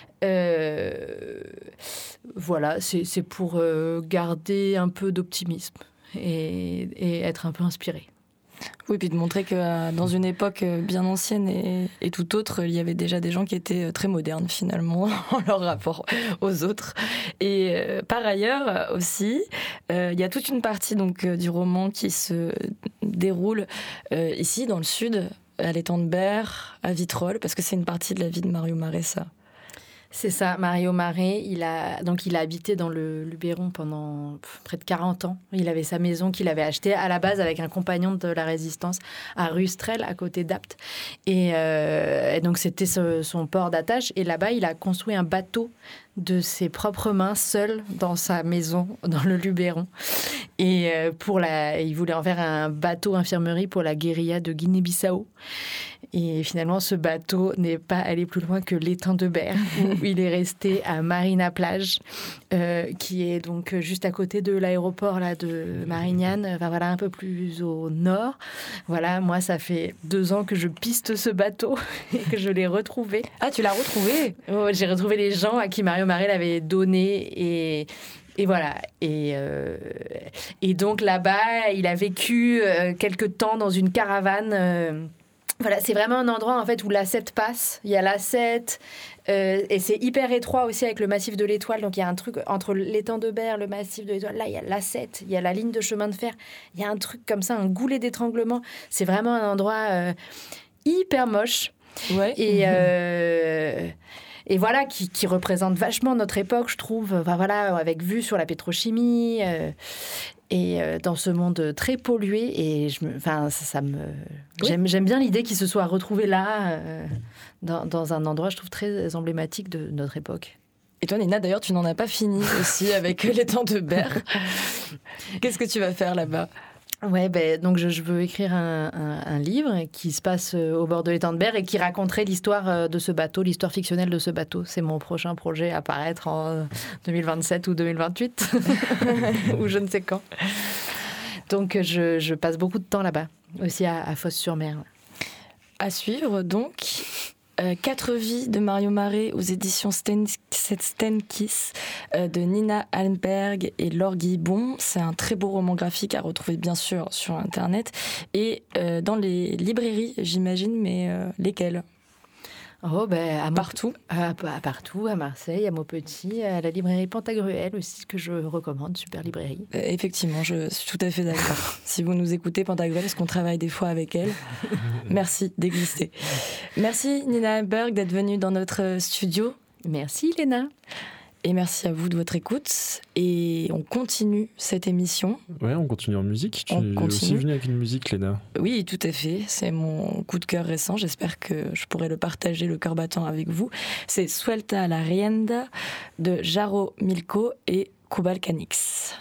Voilà, c'est pour garder un peu d'optimisme et être un peu inspiré. Oui, puis de montrer que dans une époque bien ancienne et tout autre, il y avait déjà des gens qui étaient très modernes finalement en leur rapport aux autres. Et par ailleurs aussi, il y a toute une partie donc du roman qui se déroule ici dans le sud, à l'étang de Berre, à Vitrolles, parce que c'est une partie de la vie de Mario Marais, ça. C'est ça, Mario Marais, il a habité dans le Luberon pendant près de 40 ans. Il avait sa maison qu'il avait achetée à la base avec un compagnon de la Résistance à Rustrel, à côté d'Apt. Et donc c'était son port d'attache. Et là-bas, il a construit un bateau de ses propres mains, seul, dans sa maison, dans le Luberon. Et il voulait en faire un bateau infirmerie pour la guérilla de Guinée-Bissau. Et finalement, ce bateau n'est pas allé plus loin que l'étang de Berre, où il est resté à Marina-Plage, qui est donc juste à côté de l'aéroport là, de Marignane, enfin voilà, un peu plus au nord. Voilà, moi, ça fait 2 ans que je piste ce bateau et que je l'ai retrouvé. Ah, tu l'as retrouvé ? Oh, j'ai retrouvé les gens à qui Mario Marais l'avait donné et voilà. Et donc là-bas, il a vécu quelque temps dans une caravane. Voilà, c'est vraiment un endroit en fait où l'A7 passe. Il y a l'A7 et c'est hyper étroit aussi avec le massif de l'Étoile. Donc il y a un truc entre l'étang de Berre, le massif de l'Étoile. Là, il y a l'A7, il y a la ligne de chemin de fer. Il y a un truc comme ça, un goulet d'étranglement. C'est vraiment un endroit hyper moche. Ouais. Et voilà, qui représente vachement notre époque, je trouve. Enfin, voilà, avec vue sur la pétrochimie et dans ce monde très pollué. Et j'aime bien l'idée qu'il se soit retrouvé là, dans un endroit, je trouve, très emblématique de notre époque. Et toi, Nina, d'ailleurs, tu n'en as pas fini aussi avec l'étang de Berre. Qu'est-ce que tu vas faire là-bas ? Ouais, donc je veux écrire un livre qui se passe au bord de l'étang de Berre et qui raconterait l'histoire de ce bateau, l'histoire fictionnelle de ce bateau. C'est mon prochain projet à paraître en 2027 ou 2028, ou je ne sais quand. Donc je passe beaucoup de temps là-bas, aussi à Fos-sur-Mer. À suivre, donc... 4 vies de Mario Marais aux éditions Stenkiss de Nina Almberg et Laure Guibon. C'est un très beau roman graphique à retrouver bien sûr sur Internet et dans les librairies, j'imagine, mais lesquelles ? Partout. Partout, à Marseille, à Maupetit, à la librairie Pantagruel aussi, que je recommande, super librairie. Effectivement, je suis tout à fait d'accord. Si vous nous écoutez, Pantagruel, parce qu'on travaille des fois avec elle, merci d'exister. Merci Nina Almberg d'être venue dans notre studio. Merci Léna. Et merci à vous de votre écoute. Et on continue cette émission. Ouais, on continue en musique. Tu es aussi venue avec une musique, Léna. Oui, tout à fait. C'est mon coup de cœur récent. J'espère que je pourrai le partager, le cœur battant, avec vous. C'est Suelta la rienda de Jaro Milko et Kubal Canix.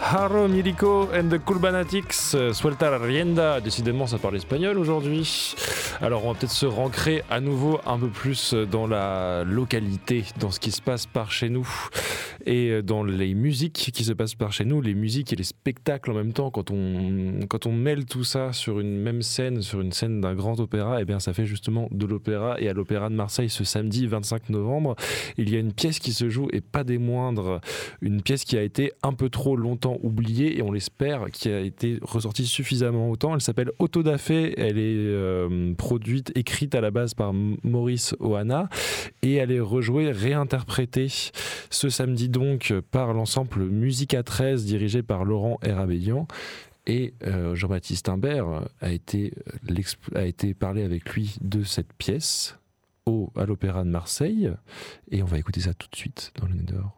Haro Milico and the Culbanatics, Suelta la Rienda. Décidément, ça parle espagnol aujourd'hui. Alors, on va peut-être se rancrer à nouveau un peu plus dans la localité, dans ce qui se passe par chez nous et dans les musiques qui se passent par chez nous, les musiques et les spectacles en même temps. Quand on mêle tout ça sur une même scène, sur une scène d'un grand opéra, eh bien, ça fait justement de l'opéra. Et à l'Opéra de Marseille, ce samedi 25 novembre, il y a une pièce qui se joue et pas des moindres. Une pièce qui a été un peu trop longtemps oubliée et on l'espère qui a été ressortie suffisamment autant. Elle s'appelle Autodafé. Elle est produite, écrite à la base par Maurice Ohana et elle est rejouée, réinterprétée ce samedi donc par l'ensemble Musica 13 dirigé par Laurent Herabédian. Et Jean-Baptiste Imbert a été parlé avec lui de cette pièce à l'Opéra de Marseille. Et on va écouter ça tout de suite dans le Nez dehors.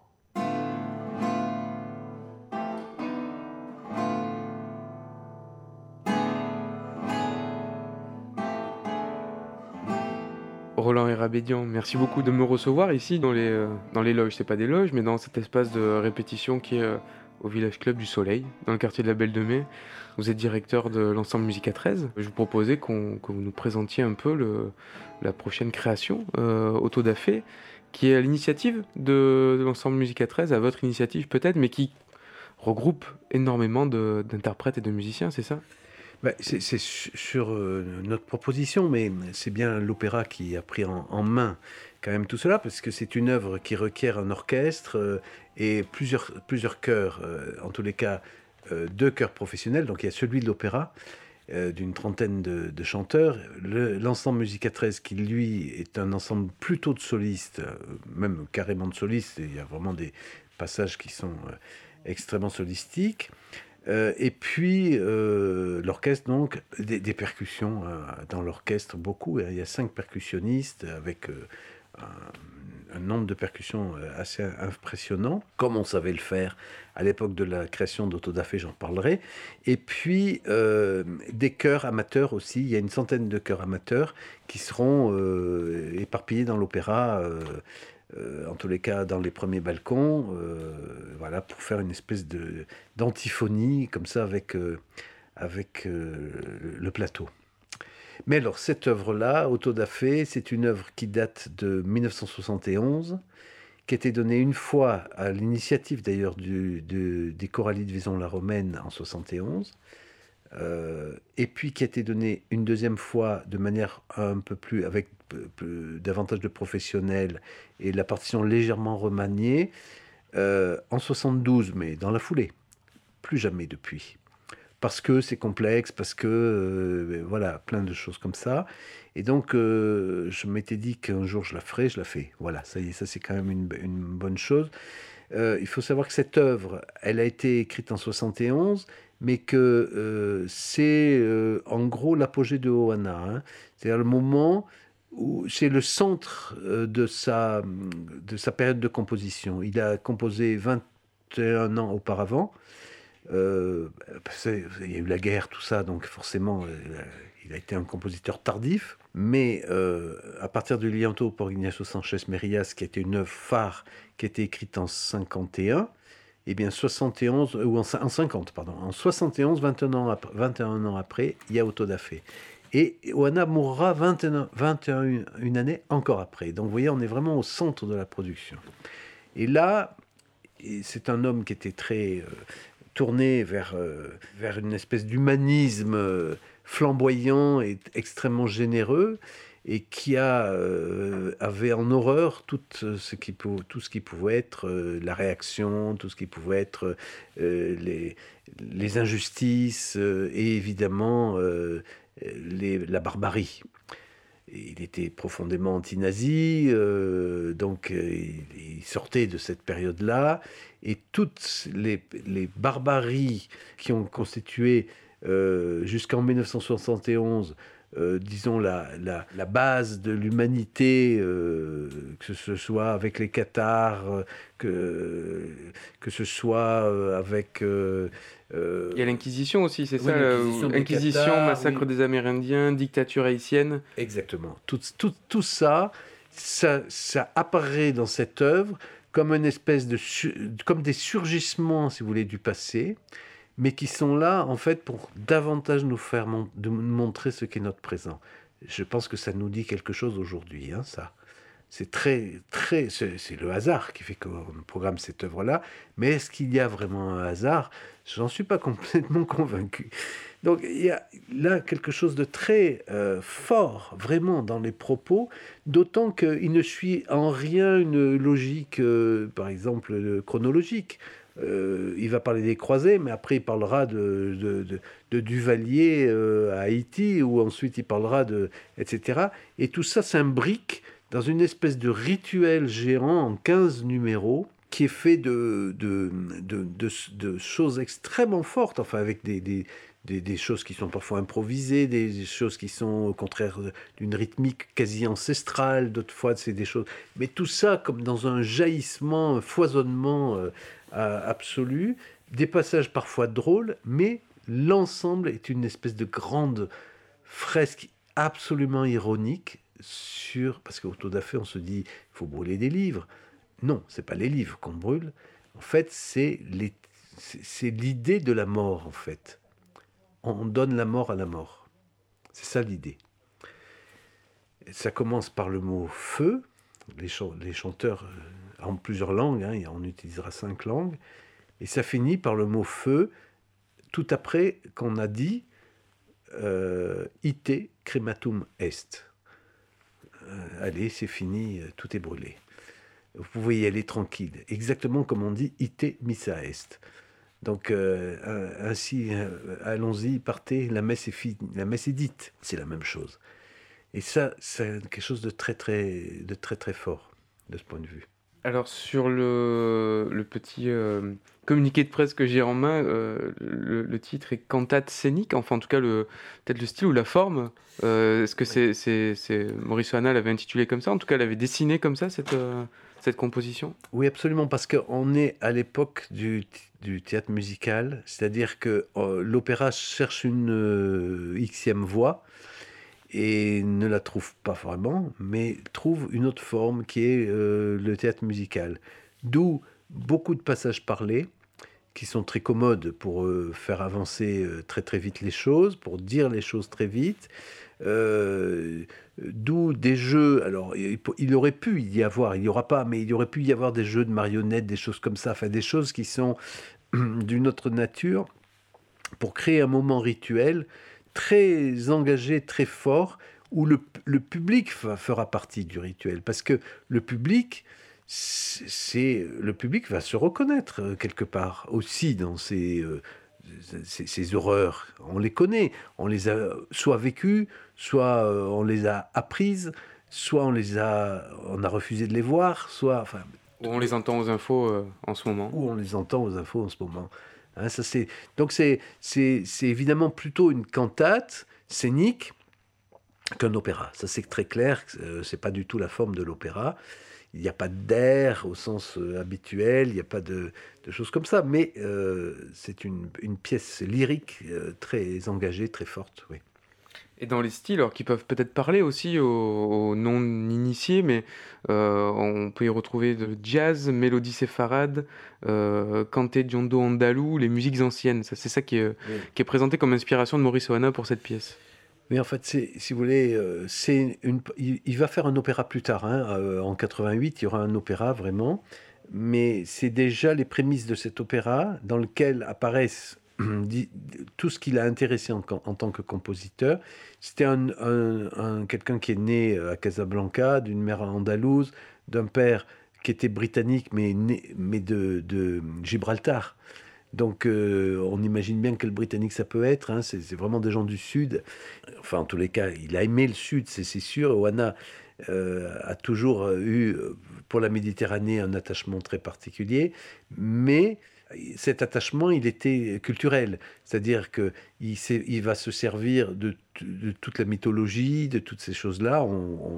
Roland Herabédian, merci beaucoup de me recevoir ici dans les loges. C'est pas des loges, mais dans cet espace de répétition qui est au Village Club du Soleil, dans le quartier de la Belle de Mai. Vous êtes directeur de l'ensemble Musica 13. Je vous proposais que vous nous présentiez un peu la prochaine création, Autodafé, qui est à l'initiative de l'ensemble Musica 13, à votre initiative peut-être, mais qui regroupe énormément d'interprètes et de musiciens, c'est ça ? C'est sur notre proposition, mais c'est bien l'opéra qui a pris en main quand même tout cela, parce que c'est une œuvre qui requiert un orchestre et plusieurs chœurs, en tous les cas 2 chœurs professionnels. Donc il y a celui de l'opéra, d'une trentaine de chanteurs, l'ensemble Musica 13 qui lui est un ensemble plutôt de solistes, même carrément de solistes, il y a vraiment des passages qui sont extrêmement solistiques. Et puis l'orchestre, donc des percussions dans l'orchestre, beaucoup. Il y a 5 percussionnistes avec un nombre de percussions assez impressionnant, comme on savait le faire à l'époque de la création d'Autodafé, j'en parlerai. Et puis des chœurs amateurs aussi. Il y a une centaine de chœurs amateurs qui seront éparpillés dans l'opéra. En tous les cas dans les premiers balcons, voilà, pour faire une espèce d'antiphonie comme ça avec le plateau. Mais alors cette œuvre-là, Autodafé, c'est une œuvre qui date de 1971, qui a été donnée une fois à l'initiative d'ailleurs des Choraliers de Vaison-la-Romaine en 71, et puis qui a été donnée une deuxième fois de manière un peu plus avec davantage de professionnels et la partition légèrement remaniée en 72, mais dans la foulée, plus jamais depuis, parce que c'est complexe, parce que voilà, plein de choses comme ça. Et donc je m'étais dit qu'un jour je la ferai, je la fais. Voilà, ça y est, ça c'est quand même une bonne chose. Il faut savoir que cette œuvre, elle a été écrite en 71, mais que c'est en gros l'apogée de Ohana, hein. C'est-à-dire le moment où c'est le centre de sa période de composition. Il a composé 21 ans auparavant. Il y a eu la guerre, tout ça, donc forcément, il a été un compositeur tardif. Mais à partir de Lianto pour Ignacio Sanchez Merillas, qui a été une œuvre phare, qui a été écrite en 51, et bien 71, ou en 50, pardon. En 71, 21 ans après, il y a Autodafé. Et Ohana mourra 21 années encore après. Donc vous voyez, on est vraiment au centre de la production. Et là, c'est un homme qui était très tourné vers une espèce d'humanisme flamboyant et extrêmement généreux, et qui avait en horreur tout ce qui pouvait être la réaction, tout ce qui pouvait être les injustices, et évidemment la barbarie. Il était profondément anti-nazi, donc il sortait de cette période-là, et toutes les barbaries qui ont constitué jusqu'en 1971, disons la base de l'humanité, que ce soit avec les Cathares, que ce soit avec... il y a l'Inquisition aussi, c'est oui, ça, l'Inquisition, massacre des Amérindiens, dictature haïtienne. Exactement. Tout ça apparaît dans cette œuvre comme une espèce comme des surgissements, si vous voulez, du passé, mais qui sont là, en fait, pour davantage nous faire montrer ce qu'est notre présent. Je pense que ça nous dit quelque chose aujourd'hui, hein, ça. C'est c'est le hasard qui fait qu'on programme cette œuvre-là, mais est-ce qu'il y a vraiment un hasard ? J'en suis pas complètement convaincu. Donc il y a là quelque chose de très fort, vraiment, dans les propos, d'autant qu'il ne suit en rien une logique, par exemple, chronologique. Il va parler des croisés, mais après il parlera de Duvalier à Haïti, ou ensuite il parlera etc. Et tout ça s'imbrique dans une espèce de rituel géant en 15 numéros, qui est fait de choses extrêmement fortes, enfin avec des choses qui sont parfois improvisées, des choses qui sont au contraire d'une rythmique quasi ancestrale, d'autres fois c'est des choses... Mais tout ça comme dans un jaillissement, un foisonnement absolu, des passages parfois drôles, mais l'ensemble est une espèce de grande fresque absolument ironique parce qu'au Taux-da-Fé, on se dit il faut brûler des livres. Non, c'est pas les livres qu'on brûle. En fait, c'est l'idée de la mort, en fait. On donne la mort à la mort. C'est ça l'idée. Et ça commence par le mot feu. Les chanteurs en plusieurs langues, hein, on utilisera 5 langues. Et ça finit par le mot feu, tout après qu'on a dit ite crematum est. Allez, c'est fini, tout est brûlé. Vous pouvez y aller tranquille, exactement comme on dit ite missa est. Donc ainsi, allons-y, partez, la messe est finie, la messe est dite, c'est la même chose. Et ça, c'est quelque chose de très très fort de ce point de vue. Alors sur le petit communiqué de presse que j'ai en main, le titre est cantate scénique, enfin en tout cas peut-être le style ou la forme. Est-ce que c'est Maurice Ohana l'avait intitulé comme ça, en tout cas l'avait dessiné comme ça cette composition ? Oui, absolument, parce qu'on est à l'époque du théâtre musical, c'est-à-dire que l'opéra cherche une xème voix et ne la trouve pas vraiment, mais trouve une autre forme qui est le théâtre musical. D'où beaucoup de passages parlés qui sont très commodes pour faire avancer très très vite les choses, pour dire les choses très vite. D'où des jeux, alors il aurait pu y avoir, il n'y aura pas, mais il aurait pu y avoir des jeux de marionnettes, des choses comme ça, enfin des choses qui sont d'une autre nature, pour créer un moment rituel très engagé, très fort, où le public fera partie du rituel, parce que le public va se reconnaître quelque part aussi dans ces horreurs. On les connaît, on les a soit vécues, soit on les a apprises, soit on a refusé de les voir, soit... Enfin, ou on les entend aux infos en ce moment. Ou on les entend aux infos en ce moment. Hein, donc c'est évidemment plutôt une cantate scénique qu'un opéra. Ça c'est très clair, c'est pas du tout la forme de l'opéra. Il n'y a pas d'air au sens habituel, il n'y a pas de choses comme ça, mais c'est une pièce lyrique très engagée, très forte, oui. Et dans les styles, alors qui peuvent peut-être parler aussi aux non-initiés, mais on peut y retrouver le jazz, mélodie séfarade, canté diondo andalou, les musiques anciennes. C'est ça qui est présenté comme inspiration de Maurice Ohana pour cette pièce. Mais en fait, si vous voulez, il va faire un opéra plus tard. Hein, en 88, il y aura un opéra vraiment. Mais c'est déjà les prémices de cet opéra dans lequel apparaissent tout ce qui l'a intéressé en tant que compositeur. C'était quelqu'un qui est né à Casablanca, d'une mère andalouse, d'un père qui était britannique, mais de Gibraltar. Donc on imagine bien quel Britannique ça peut être, hein. C'est vraiment des gens du Sud. Enfin, en tous les cas, il a aimé le Sud, c'est sûr. Ohana a toujours eu, pour la Méditerranée, un attachement très particulier, mais cet attachement, il était culturel. C'est-à-dire qu'il va se servir de toute la mythologie, de toutes ces choses-là.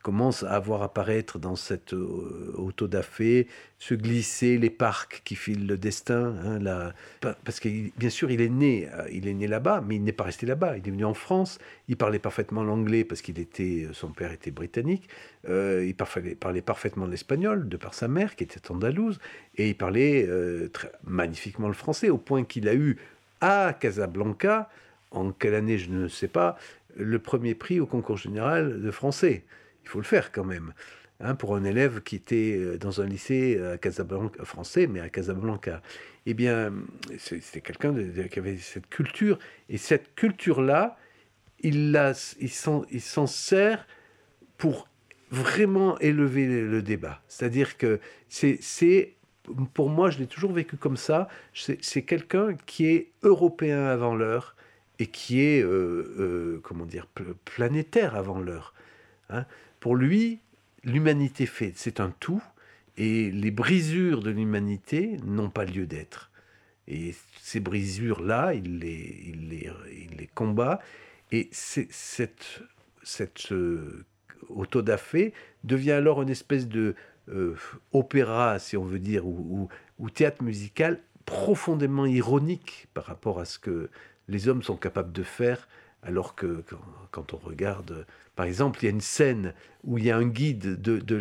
commence à voir apparaître dans cette auto-da-fé, se glisser les parcs qui filent le destin. Parce que bien sûr, il est né là-bas, mais il n'est pas resté là-bas. Il est venu en France. Il parlait parfaitement l'anglais parce son père était britannique. Il parlait parfaitement l'espagnol de par sa mère qui était andalouse, et il parlait magnifiquement le français, au point qu'il a eu à Casablanca, en quelle année je ne sais pas, le premier prix au concours général de français. Il faut le faire quand même, pour un élève qui était dans un lycée à Casablanca, français, mais à Casablanca. Eh bien, c'était quelqu'un qui avait cette culture, et cette culture-là, il s'en sert pour vraiment élever le débat. C'est-à-dire que pour moi, je l'ai toujours vécu comme ça, c'est quelqu'un qui est européen avant l'heure, et qui est, planétaire avant l'heure. Pour lui, l'humanité c'est un tout, et les brisures de l'humanité n'ont pas lieu d'être. Et ces brisures-là, il les combat, et cette auto-da-fé devient alors une espèce de opéra, si on veut dire, ou théâtre musical profondément ironique par rapport à ce que les hommes sont capables de faire, alors que quand on regarde, par exemple, il y a une scène où il y a un guide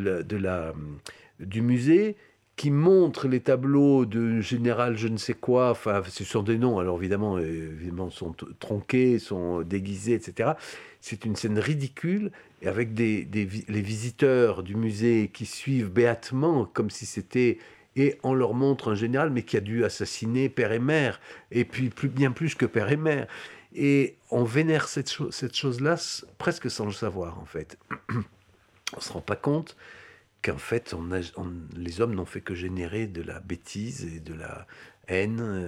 du musée qui montre les tableaux de général je ne sais quoi, enfin ce sont des noms, alors évidemment sont tronqués, sont déguisés, etc. C'est une scène ridicule, et avec les visiteurs du musée qui suivent béatement, comme si c'était... Et on leur montre un général, mais qui a dû assassiner père et mère, et puis bien plus que père et mère. Et on vénère cette chose-là presque sans le savoir, en fait. On ne se rend pas compte qu'en fait, les hommes n'ont fait que générer de la bêtise et de la haine.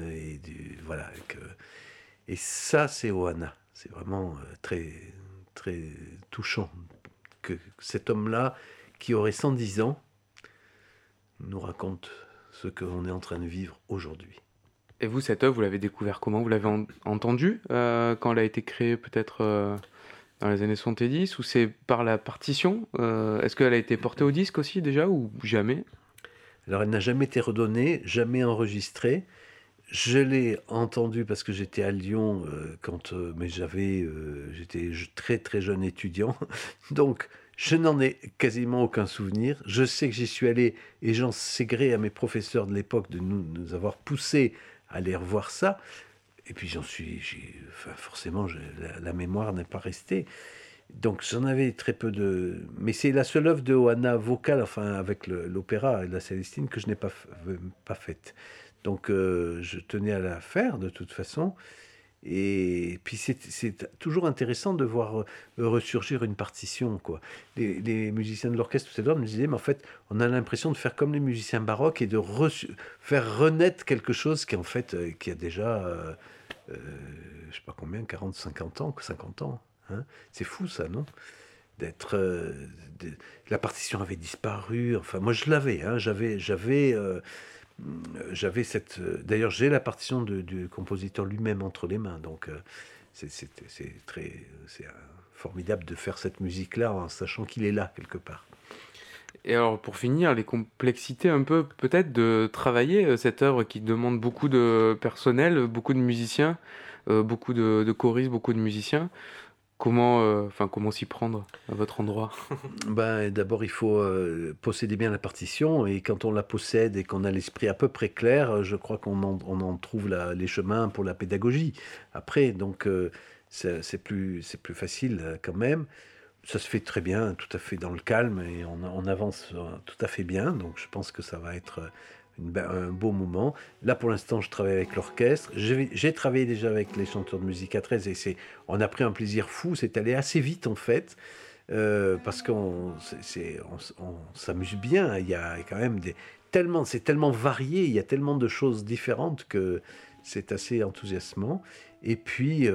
Et ça, c'est Ohana. C'est vraiment très, très touchant que cet homme-là, qui aurait 110 ans, nous raconte ce qu'on est en train de vivre aujourd'hui. Et vous, cette œuvre, vous l'avez découvert comment ? Vous l'avez entendue quand elle a été créée, peut-être dans les années 70, ou c'est par la partition ? Est-ce qu'elle a été portée au disque aussi déjà, ou jamais ? Alors, elle n'a jamais été redonnée, jamais enregistrée. Je l'ai entendue parce que j'étais à Lyon mais j'étais très très jeune étudiant, donc je n'en ai quasiment aucun souvenir. Je sais que j'y suis allé, et j'en sais gré à mes professeurs de l'époque de nous avoir poussés à aller revoir ça. Et puis forcément, la mémoire n'est pas restée. Donc j'en avais très peu de... Mais c'est la seule œuvre de Ohana vocale, avec l'opéra et la Célestine, que je n'ai pas faite. Donc je tenais à la faire de toute façon. Et puis c'est toujours intéressant de voir ressurgir une partition, quoi. Les musiciens de l'orchestre tout à l'heure me disaient, mais en fait, on a l'impression de faire comme les musiciens baroques et de faire renaître quelque chose qui, en fait, qui a déjà, je sais pas combien, 40, 50 ans, 50 ans. C'est fou, ça, non ? La partition avait disparu. Enfin, moi, je l'avais. J'avais cette... D'ailleurs, j'ai la partition du compositeur lui-même entre les mains, donc c'est formidable de faire cette musique-là en sachant qu'il est là, quelque part. Et alors, pour finir, les complexités un peu, peut-être, de travailler cette œuvre qui demande beaucoup de personnel, beaucoup de musiciens, beaucoup de choristes, beaucoup de musiciens. Comment s'y prendre à votre endroit ? D'abord, il faut posséder bien la partition, et quand on la possède et qu'on a l'esprit à peu près clair, je crois qu'on en trouve les chemins pour la pédagogie. Après, donc, c'est plus facile quand même. Ça se fait très bien, tout à fait dans le calme, et on avance tout à fait bien. Donc, je pense que ça va être un beau moment. Là, pour l'instant, je travaille avec l'orchestre. J'ai travaillé déjà avec les chanteurs de musique à 13, et on a pris un plaisir fou. C'est allé assez vite, en fait, parce qu'on s'amuse bien. Il y a quand même c'est tellement varié, il y a tellement de choses différentes que c'est assez enthousiasmant. Et puis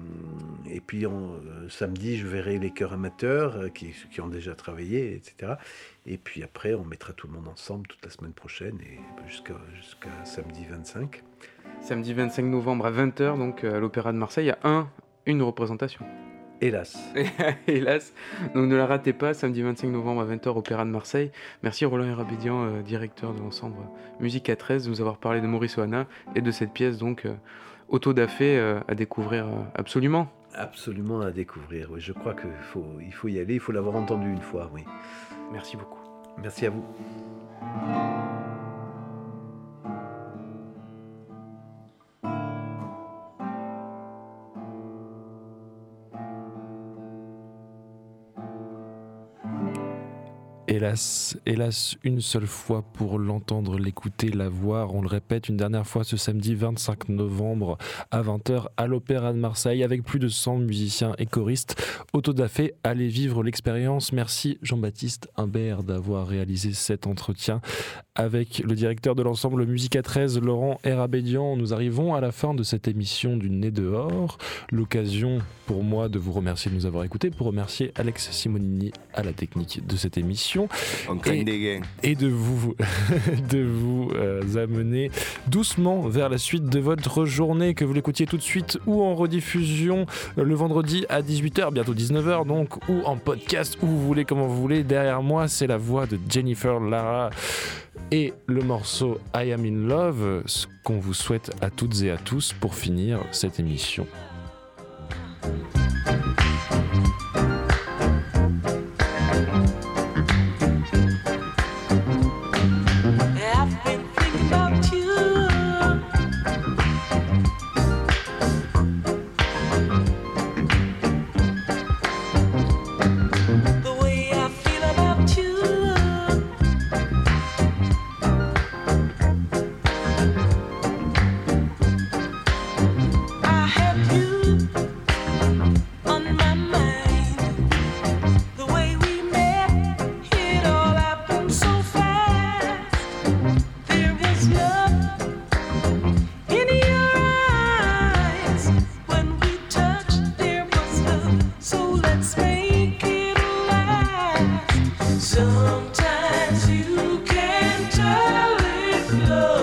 samedi, je verrai les chœurs amateurs qui ont déjà travaillé, etc. Et puis après, on mettra tout le monde ensemble toute la semaine prochaine, et jusqu'à samedi 25. Samedi 25 novembre à 20h, donc à l'Opéra de Marseille, il y a une représentation. Hélas. Hélas. Donc ne la ratez pas, samedi 25 novembre à 20h, Opéra de Marseille. Merci Roland Hérabédian, directeur de l'ensemble Musique à 13, de nous avoir parlé de Maurice Ohana et de cette pièce, donc Auto da Fé, à découvrir absolument. Absolument à découvrir, oui. Je crois qu'il faut y aller, il faut l'avoir entendu une fois, oui. Merci beaucoup. Merci à vous. Hélas, une seule fois pour l'entendre, l'écouter, la voir. On le répète une dernière fois ce samedi 25 novembre à 20h à l'Opéra de Marseille avec plus de 100 musiciens et choristes. Auto da Fé, allez vivre l'expérience. Merci Jean-Baptiste Imbert d'avoir réalisé cet entretien avec le directeur de l'ensemble Musique à 13, Laurent Hérabédian. Nous arrivons à la fin de cette émission du Nez dehors. L'occasion pour moi de vous remercier de nous avoir écoutés, pour remercier Alex Simonini à la technique de cette émission. Et de vous amener doucement vers la suite de votre journée, que vous l'écoutiez tout de suite ou en rediffusion le vendredi à 18h, bientôt 19h donc, ou en podcast, où vous voulez, comment vous voulez. Derrière moi, c'est la voix de Jennifer Lara et le morceau I Am In Love, ce qu'on vous souhaite à toutes et à tous pour finir cette émission. Sometimes you can tell if love